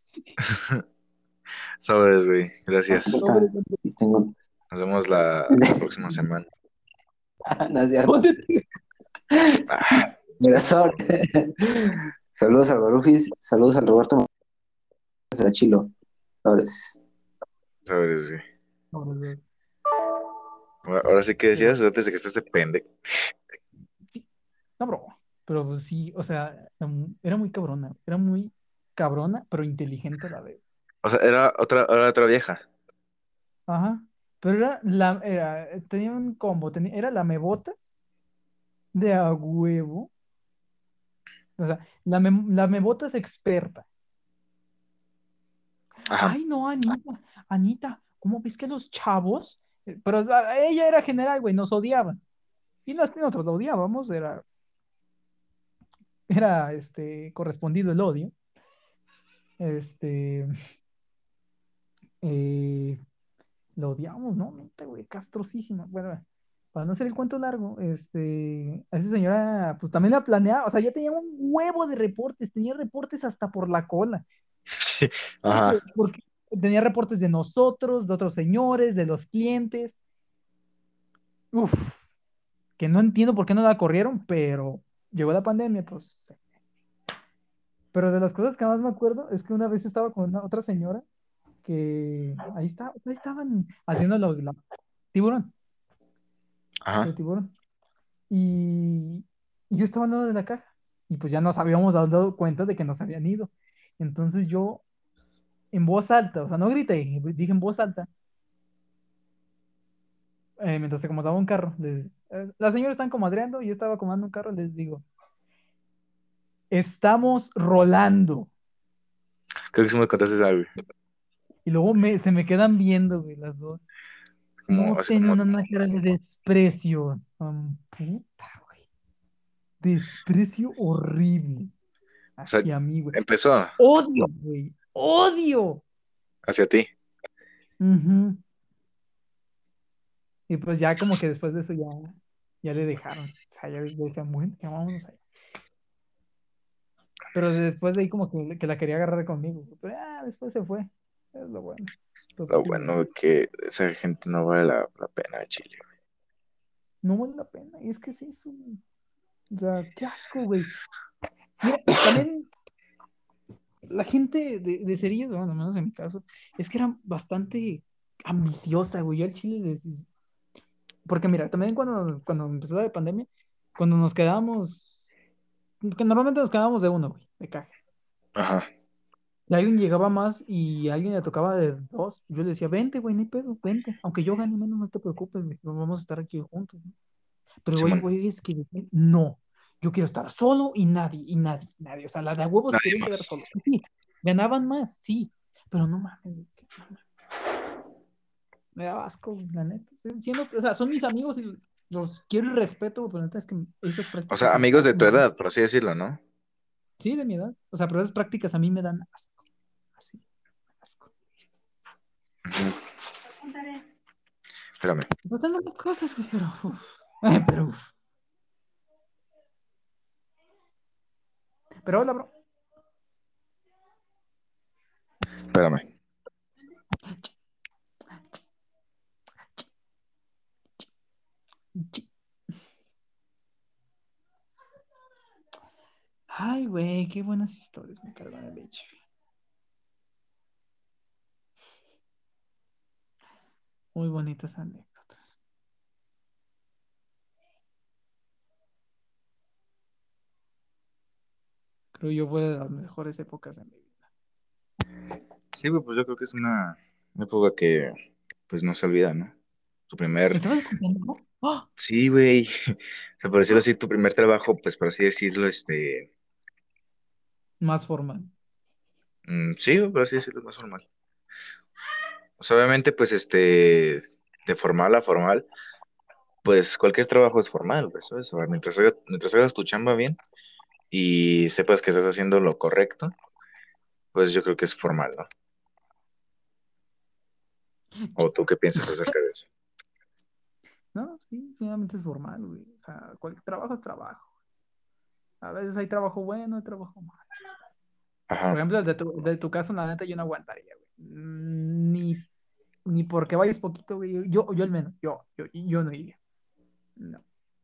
Sobres, güey. Gracias. Y tengo. Nos vemos la próxima semana. No es cierto. Jódete. Ah, Mira, saludos al Barufis, saludos al Roberto de la Chilo. Sabes. sobres, güey. No, Ahora sí que pero decías antes de que fuiste pendejo. sí, no, bro. Pero pues sí, o sea, era muy cabrona. Era muy cabrona, pero inteligente a la vez. O sea, era otra vieja. Ajá. Pero tenía un combo. Era lamebotas de a huevo. O sea, lamebotas experta. Ajá. Ay, no, Anita, ¿cómo ves que los chavos? Pero o sea, ella era general, güey, nos odiaban. Y nosotros la odiábamos, era correspondido el odio. Este, eh, lo odiábamos, ¿no? Neta, güey, castrosísima. Bueno, para no hacer el cuento largo, a esa señora, pues también la planeaba, o sea, ya tenía un huevo de reportes, tenía reportes hasta por la cola. Sí. Porque, Ajá. porque tenía reportes de nosotros, de otros señores, de los clientes. Uf, que no entiendo por qué no la corrieron, pero llegó la pandemia, pues. Pero de las cosas que más me acuerdo es que una vez estaba con otra señora que ahí estaban haciendo tiburón, Ajá. el tiburón. Y yo estaba al lado de la caja y pues ya nos habíamos dado cuenta de que nos habían ido. Entonces yo en voz alta, o sea, no grité, dije en voz alta, mientras se acomodaba un carro, las señoras están comadreando y yo estaba acomodando un carro, les digo, estamos rolando. Creo que sí me contaste algo. Y luego se me quedan viendo, güey, las dos. Como, No así como, tenían una cara de desprecio. Puta, güey. Desprecio horrible o sea, hacia mí, güey. empezó Odio, güey. Odio. hacia ti. Ujú. Y pues ya como que después de eso ya le dejaron. O sea, ya decían, bueno, ya vámonos allá. Pero después de ahí como que la quería agarrar conmigo. Pero después se fue. Es lo bueno. Pero Lo pues, sí, bueno que esa gente no vale la pena de Chile. no vale la pena. Y es que sí, o sea, qué asco, güey. Mira, también la gente de Cerillos, bueno, al menos en mi caso, es que era bastante ambiciosa, güey. Yo al Chile porque mira, también cuando empezó la pandemia, cuando nos quedábamos, que normalmente nos quedábamos de uno, güey, de caja. Ajá. Y alguien llegaba más y a alguien le tocaba de dos. Yo le decía, vente, güey, ni pedo, vente. Aunque yo gane menos, no te preocupes, güey, vamos a estar aquí juntos, ¿no? Pero hay Simón. güeyes que dicen, no, yo quiero estar solo y nadie, y nadie, y nadie. O sea, la de a huevo se Nadie querían quedar más. solos. Sí, ganaban más, sí, pero no mames, güey, no mames, me da asco, güey, la neta. O sea, son mis amigos y los quiero y respeto, güey, pero la neta es que esas O prácticas sea, sí, amigos de tu edad, por así decirlo, ¿no? sí, de mi edad. O sea, pero esas prácticas a mí me dan asco. Así, asco. Ujú. Espérame. Pues están las cosas, güey, pero, pero hola, bro. Espérame. Ay, güey, qué buenas historias me cargan el leche. Muy bonitas anécdotas. Creo yo fue de las mejores épocas de mi vida. Sí, güey, pues yo creo que es una época que pues no se olvida, ¿no? Tu primer, ¿Estabas escuchando, no? ¡Ah! sí, güey, se por decirlo así, tu primer trabajo, pues por así decirlo, Más formal. sí, güey, por así decirlo, más formal. O sea, obviamente, pues de formal a formal, pues cualquier trabajo es formal, pues, ¿sabes? O sea, mientras hagas tu chamba bien y sepas que estás haciendo lo correcto, pues yo creo que es formal, ¿no? ¿O tú qué piensas acerca de eso? No, sí, finalmente es formal, güey. O sea, cualquier trabajo es trabajo. A veces hay trabajo bueno, hay trabajo malo. Ajá. Por ejemplo, el de tu caso, la neta, yo no aguantaría, güey. Ni porque vayas poquito, güey. Yo al menos, yo no iría. No,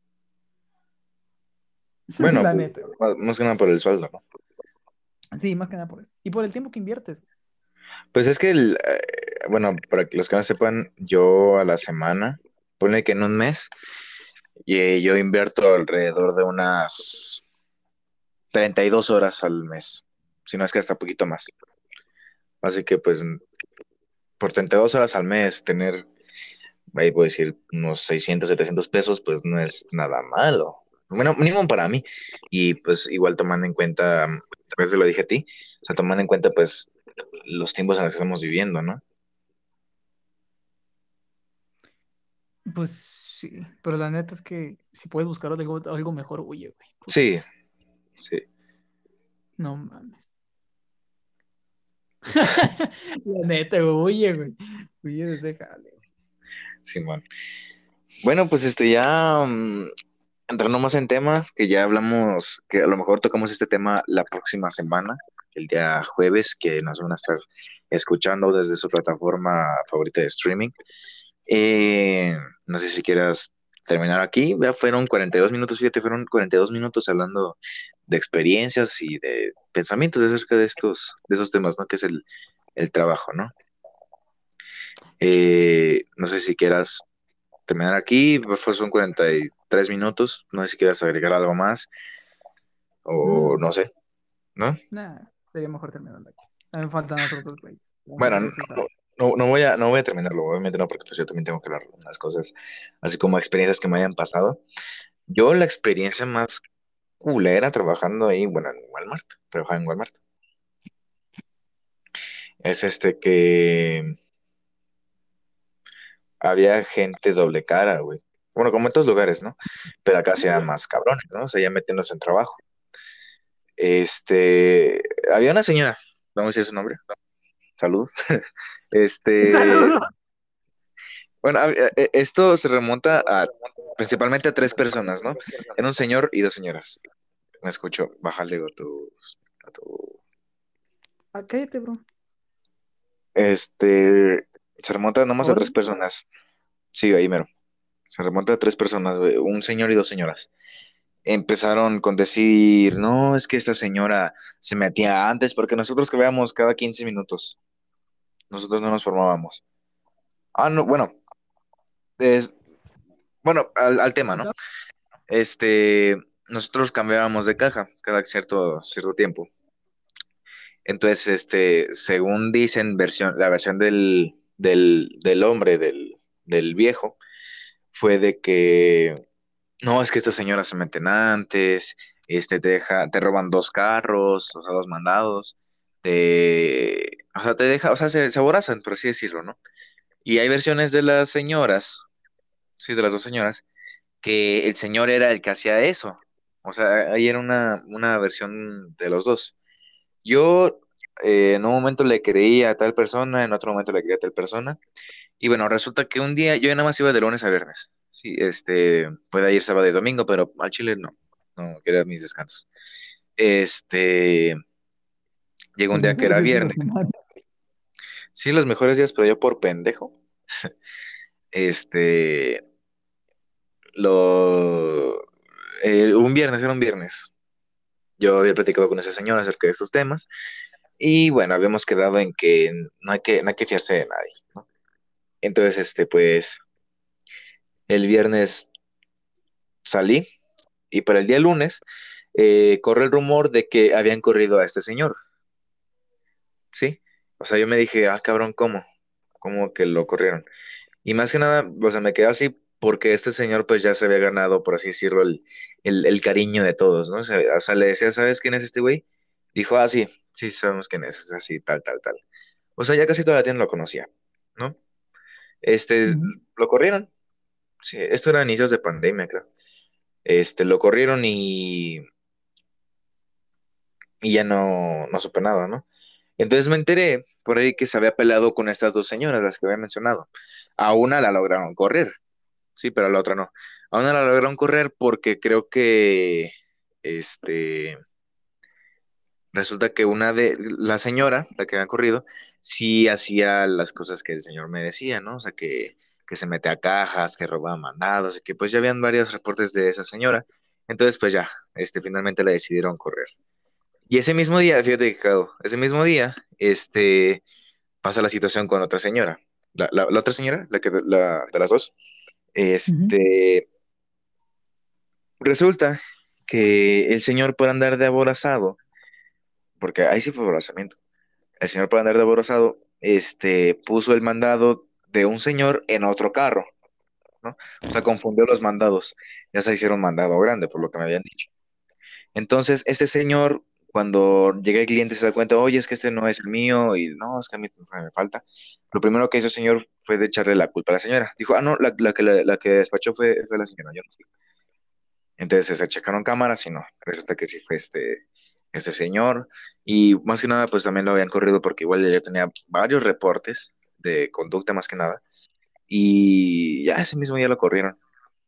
Bueno, la pues, neta, güey. más que nada por el sueldo, ¿no? Sí, más que nada por eso. Y por el tiempo que inviertes. Pues es que, bueno, para que los que no sepan, yo a la semana, ponle que en un mes, y yo invierto alrededor de unas 32 horas al mes, si no es que hasta poquito más. Así que pues por 32 horas al mes tener, ahí puedo decir, unos 600 700 pesos, pues no es nada malo. Bueno, mínimo para mí. Y pues igual tomando en cuenta, a veces lo dije a ti, o sea, tomando en cuenta pues los tiempos en los que estamos viviendo, ¿no? Pues sí, pero la neta es que si puedes buscar algo mejor, oye, güey. Sí, Putz, sí, no mames. La neta, güey, oye, güey. Oye, déjale. Simón. Bueno, pues ya entrando más en tema, que ya hablamos, que a lo mejor tocamos este tema la próxima semana, el día jueves, que nos van a estar escuchando desde su plataforma favorita de streaming. No sé si quieras terminar aquí, ya fueron 42 minutos, fíjate, fueron 42 minutos hablando de experiencias y de pensamientos acerca de esos temas, ¿no? Que es el trabajo, ¿no? No sé si quieras terminar aquí, pues son 43 minutos, no sé si quieras agregar algo más o No, no sé, ¿no? nada, sería mejor terminando aquí. También faltan otros dos güeyes. Bueno, Entonces, a ver. no voy a terminarlo, obviamente no, porque pues yo también tengo que hablar de unas cosas, así como experiencias que me hayan pasado. Yo la experiencia más culera trabajando ahí, bueno, en Walmart, trabajaba en Walmart, es que había gente doble cara, güey. Bueno, como en todos lugares, ¿no? Pero acá se eran más cabrones, ¿no? O sea, ya metiéndose en trabajo. Había una señora, vamos a decir su nombre, salud. Este, ¡Saludos! bueno, esto se remonta a principalmente a tres personas, ¿no? Era un señor y dos señoras. Me escucho, bájale a tu. Ah, cállate, bro. Se remonta nomás a ¿Ahora tres sí? personas. Sí, ahí mero. Se remonta a tres personas, güey, un señor y dos señoras. Empezaron con decir, no, es que esta señora se metía antes porque nosotros que veamos cada 15 minutos, nosotros no nos formábamos. Ah, no, bueno, es, bueno, al tema, ¿no? ¿Escuchado? Este, nosotros cambiábamos de caja cada cierto tiempo. Entonces, según dicen, la versión del hombre, del viejo, fue de que no, es que estas señoras se meten antes, te roban dos carros, o sea, dos mandados, o sea, te deja, o sea, se aborazan, por así decirlo, ¿no? Y hay versiones de las señoras, sí, de las dos señoras, que el señor era el que hacía eso. O sea, ahí era una versión de los dos. Yo en un momento le creía a tal persona, en otro momento le creía a tal persona. Y bueno, resulta que un día yo ya nada más iba de lunes a viernes. Sí, puede ir sábado y domingo, pero al Chile no. No, quería mis descansos. Este, Llegó un Pues día que mejor era decir la viernes. semana. sí, los mejores días, pero yo por pendejo, este, lo, un viernes, era un viernes, yo había platicado con esa señora acerca de estos temas, y bueno, habíamos quedado en que no hay que fiarse de nadie, ¿no? Entonces, pues, el viernes salí, y para el día lunes, corre el rumor de que habían corrido a este señor, ¿sí? O sea, yo me dije, ah, cabrón, ¿cómo? ¿Cómo que lo corrieron? Y más que nada, o sea, me quedé así porque este señor pues ya se había ganado, por así decirlo, el cariño de todos, ¿no? O sea, le decía, ¿sabes quién es este güey? Dijo, ah, sí, sí, sabemos quién es así, tal, tal, tal. O sea, ya casi toda la tienda lo conocía, ¿no? Este, Ujú, lo corrieron, sí, esto era a inicios de pandemia, creo. Lo corrieron y ya no supe nada, ¿no? Entonces me enteré por ahí que se había peleado con estas dos señoras, las que había mencionado. A una la lograron correr. Sí, pero a la otra no. A una la lograron correr porque creo que este resulta que una de la señora, la que había corrido, sí hacía las cosas que el señor me decía, ¿no? O sea, que se mete a cajas, que robaba mandados, y que pues ya habían varios reportes de esa señora. Entonces, pues ya, finalmente la decidieron correr. Y ese mismo día, fíjate que cagado, ese mismo día, pasa la situación con otra señora. La otra señora, la de las dos, ujú. este, resulta que el señor por andar de aborazado, porque ahí sí fue aborazamiento, el señor por andar de aborazado, puso el mandado de un señor en otro carro, ¿no? O sea, confundió los mandados. Ya se hicieron mandado grande, por lo que me habían dicho. Entonces, este señor, cuando llega el cliente, se da cuenta, oye, es que este no es el mío, y no, es que a mí me falta. Lo primero que hizo el señor fue de echarle la culpa a la señora. Dijo, ah, no, la que despachó fue la señora, yo no fui. Entonces se checaron cámaras y no, resulta que sí fue este señor. Y más que nada, pues también lo habían corrido porque igual ya tenía varios reportes de conducta más que nada. Y ya ese mismo día lo corrieron,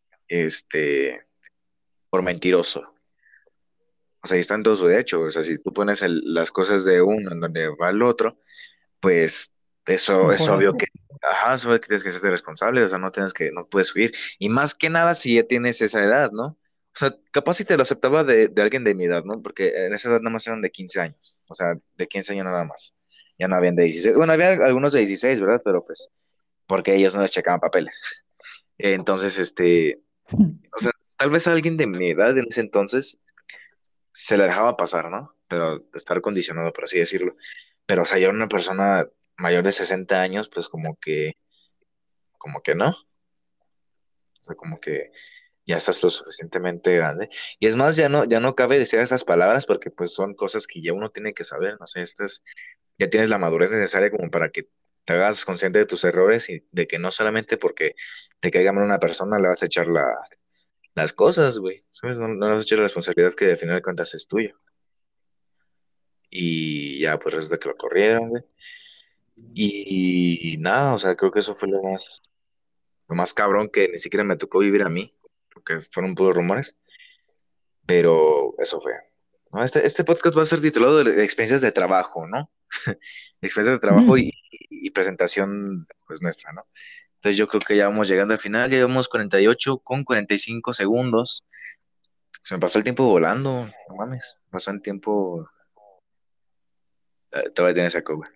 por mentiroso. O sea, y está en todo su derecho. O sea, si tú pones las cosas de uno en donde va el otro, pues eso es Mejoras, obvio ¿no? que, ajá, es obvio que tienes que ser responsable, o sea, no puedes huir. Y más que nada si ya tienes esa edad, ¿no? O sea, capaz si te lo aceptaba de alguien de mi edad, ¿no? Porque en esa edad nada más eran de 15 años, o sea, de 15 años nada más. Ya no habían de 16. Bueno, había algunos de 16, ¿verdad? Pero pues, porque ellos no les checaban papeles. Entonces, o sea, tal vez a alguien de mi edad en ese entonces se le dejaba pasar, ¿no? Pero estar condicionado, por así decirlo. Pero, o sea, yo una persona mayor de 60 años, pues como que no. O sea, como que ya estás lo suficientemente grande. Y es más, ya no cabe decir estas palabras porque pues son cosas que ya uno tiene que saber, no sé, ya tienes la madurez necesaria como para que te hagas consciente de tus errores y de que no solamente porque te caiga mal una persona le vas a echar las cosas, güey. ¿Sabes? No le vas a echar la responsabilidad que al final de cuentas es tuya. Y ya, pues resulta que lo corrieron, güey. Y nada, o sea, creo que eso fue lo más cabrón que ni siquiera me tocó vivir a mí, porque fueron puros rumores, pero eso fue. No, este podcast va a ser titulado de experiencias de trabajo, ¿no? Experiencias de trabajo y presentación, pues nuestra, ¿no? Entonces yo creo que ya vamos llegando al final, ya llevamos 48 con 45 segundos. Se me pasó el tiempo volando, no mames, pasó el tiempo, todavía tienes esa coba.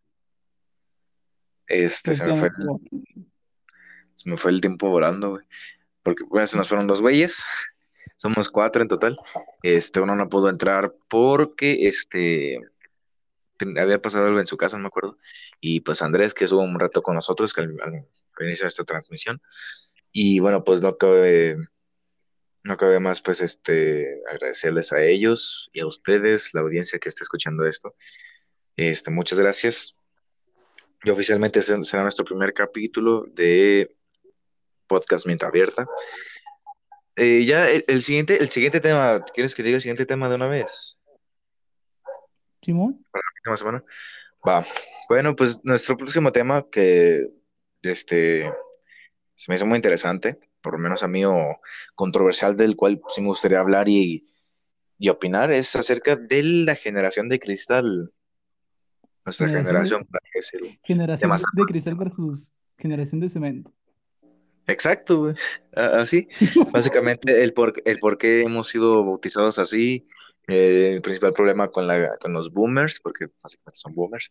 El Se me fue tiempo. el, se me fue el tiempo volando, güey. Porque, bueno, se nos fueron dos güeyes, somos cuatro en total. Uno no pudo entrar porque, había pasado algo en su casa, no me acuerdo. Y pues Andrés, que estuvo un rato con nosotros, que al inicio de esta transmisión. Y bueno, pues no cabe más, pues, agradecerles a ellos y a ustedes, la audiencia que está escuchando esto. Muchas gracias. Y oficialmente será nuestro primer capítulo de Podcast Mente Abierta. Ya el siguiente tema, ¿quieres que diga el siguiente tema de una vez? Simón. Próxima semana. Va. Bueno, pues nuestro próximo tema que este se me hizo muy interesante, por lo menos a mí, o controversial, del cual sí me gustaría hablar y opinar, es acerca de la generación de cristal. nuestra Generación de, generación, para decirlo. De generación más. de cristal versus generación de cemento. Exacto, güey. Así. Básicamente, el por qué hemos sido bautizados así. El principal problema con los boomers, porque básicamente son boomers.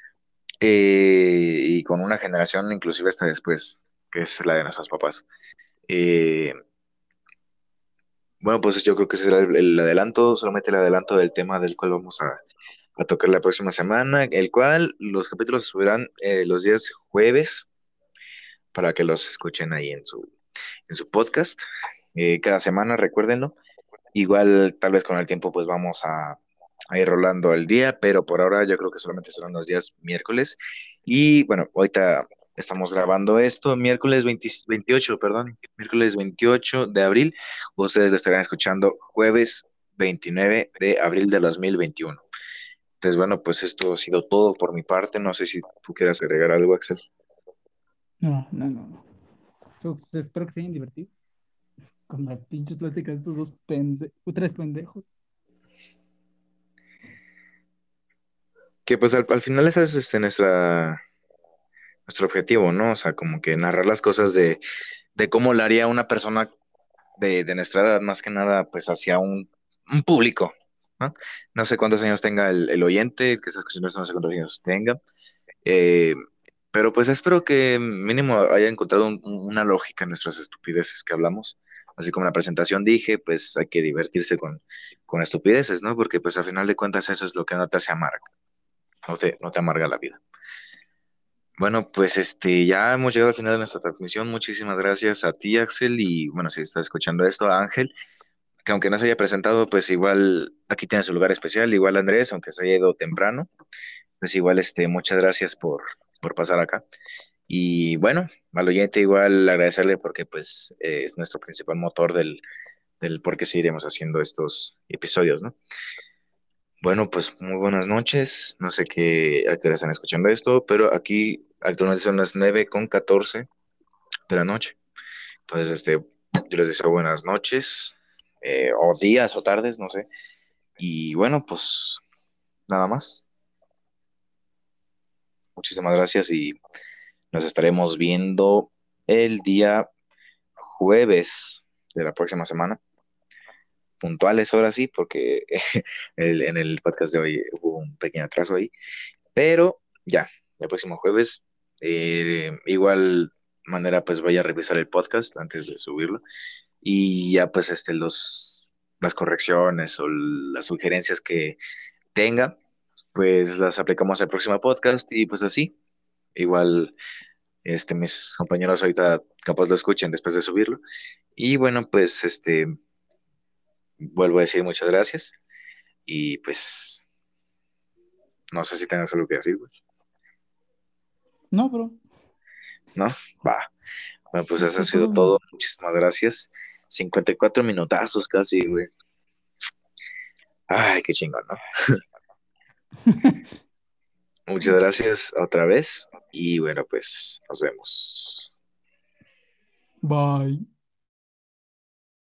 Y con una generación, inclusive hasta después, que es la de nuestros papás. Eh, bueno, pues yo creo que ese será el adelanto, solamente el adelanto del tema del cual vamos a tocar la próxima semana, el cual los capítulos se subirán los días jueves para que los escuchen ahí en su podcast. Cada semana, recuérdenlo. Igual, tal vez con el tiempo, pues vamos a ir rolando el día, pero por ahora yo creo que solamente serán los días miércoles. Y bueno, ahorita estamos grabando esto, miércoles 28, perdón, miércoles 28 de abril. Ustedes lo estarán escuchando jueves 29 de abril de 2021. Entonces, bueno, pues esto ha sido todo por mi parte. No sé si tú quieras agregar algo, Axel. No, no, no, no. Yo, pues, espero que se hayan divertido con la pinche plática de estos tres pendejos. Que pues al final ese es nuestro objetivo, ¿no? O sea, como que narrar las cosas de cómo lo haría una persona de nuestra edad, más que nada, pues hacia un público, ¿no? No sé cuántos años tenga el oyente, el que está escuchando esto, no sé cuántos años tenga, eh, pero pues espero que mínimo haya encontrado una lógica en nuestras estupideces que hablamos. Así como en la presentación dije, pues hay que divertirse con estupideces, ¿no? Porque pues al final de cuentas eso es lo que no te hace amarga, no te amarga la vida. Bueno, pues ya hemos llegado al final de nuestra transmisión. Muchísimas gracias a ti, Axel, y bueno, si estás escuchando esto, a Ángel, que aunque no se haya presentado, pues igual aquí tiene su lugar especial, igual Andrés, aunque se haya ido temprano, pues igual muchas gracias por pasar acá. Y bueno, al oyente igual agradecerle porque pues es nuestro principal motor del por qué seguiremos haciendo estos episodios, ¿no? Bueno, pues muy buenas noches. No sé a qué hora están escuchando esto, pero aquí actualmente son las 9:14 de la noche. Entonces, yo les deseo buenas noches, o días o tardes, no sé. Y bueno, pues nada más. Muchísimas gracias y nos estaremos viendo el día jueves de la próxima semana. Puntuales ahora sí, porque en el podcast de hoy hubo un pequeño atraso ahí. Pero ya, el próximo jueves, igual manera, pues vaya a revisar el podcast antes de subirlo. Y ya pues las correcciones o las sugerencias que tenga, pues las aplicamos al próximo podcast y pues así, igual mis compañeros ahorita capaz lo escuchen después de subirlo. Y bueno, pues vuelvo a decir muchas gracias y pues no sé si tengas algo que decir, güey. No, bro. ¿No? Va. Bueno, pues eso ha Fue sido todo. todo. Muchísimas gracias. 54 minutazos casi, güey. Ay, qué chingón, ¿no? Muchas gracias otra vez y bueno, pues nos vemos. Bye.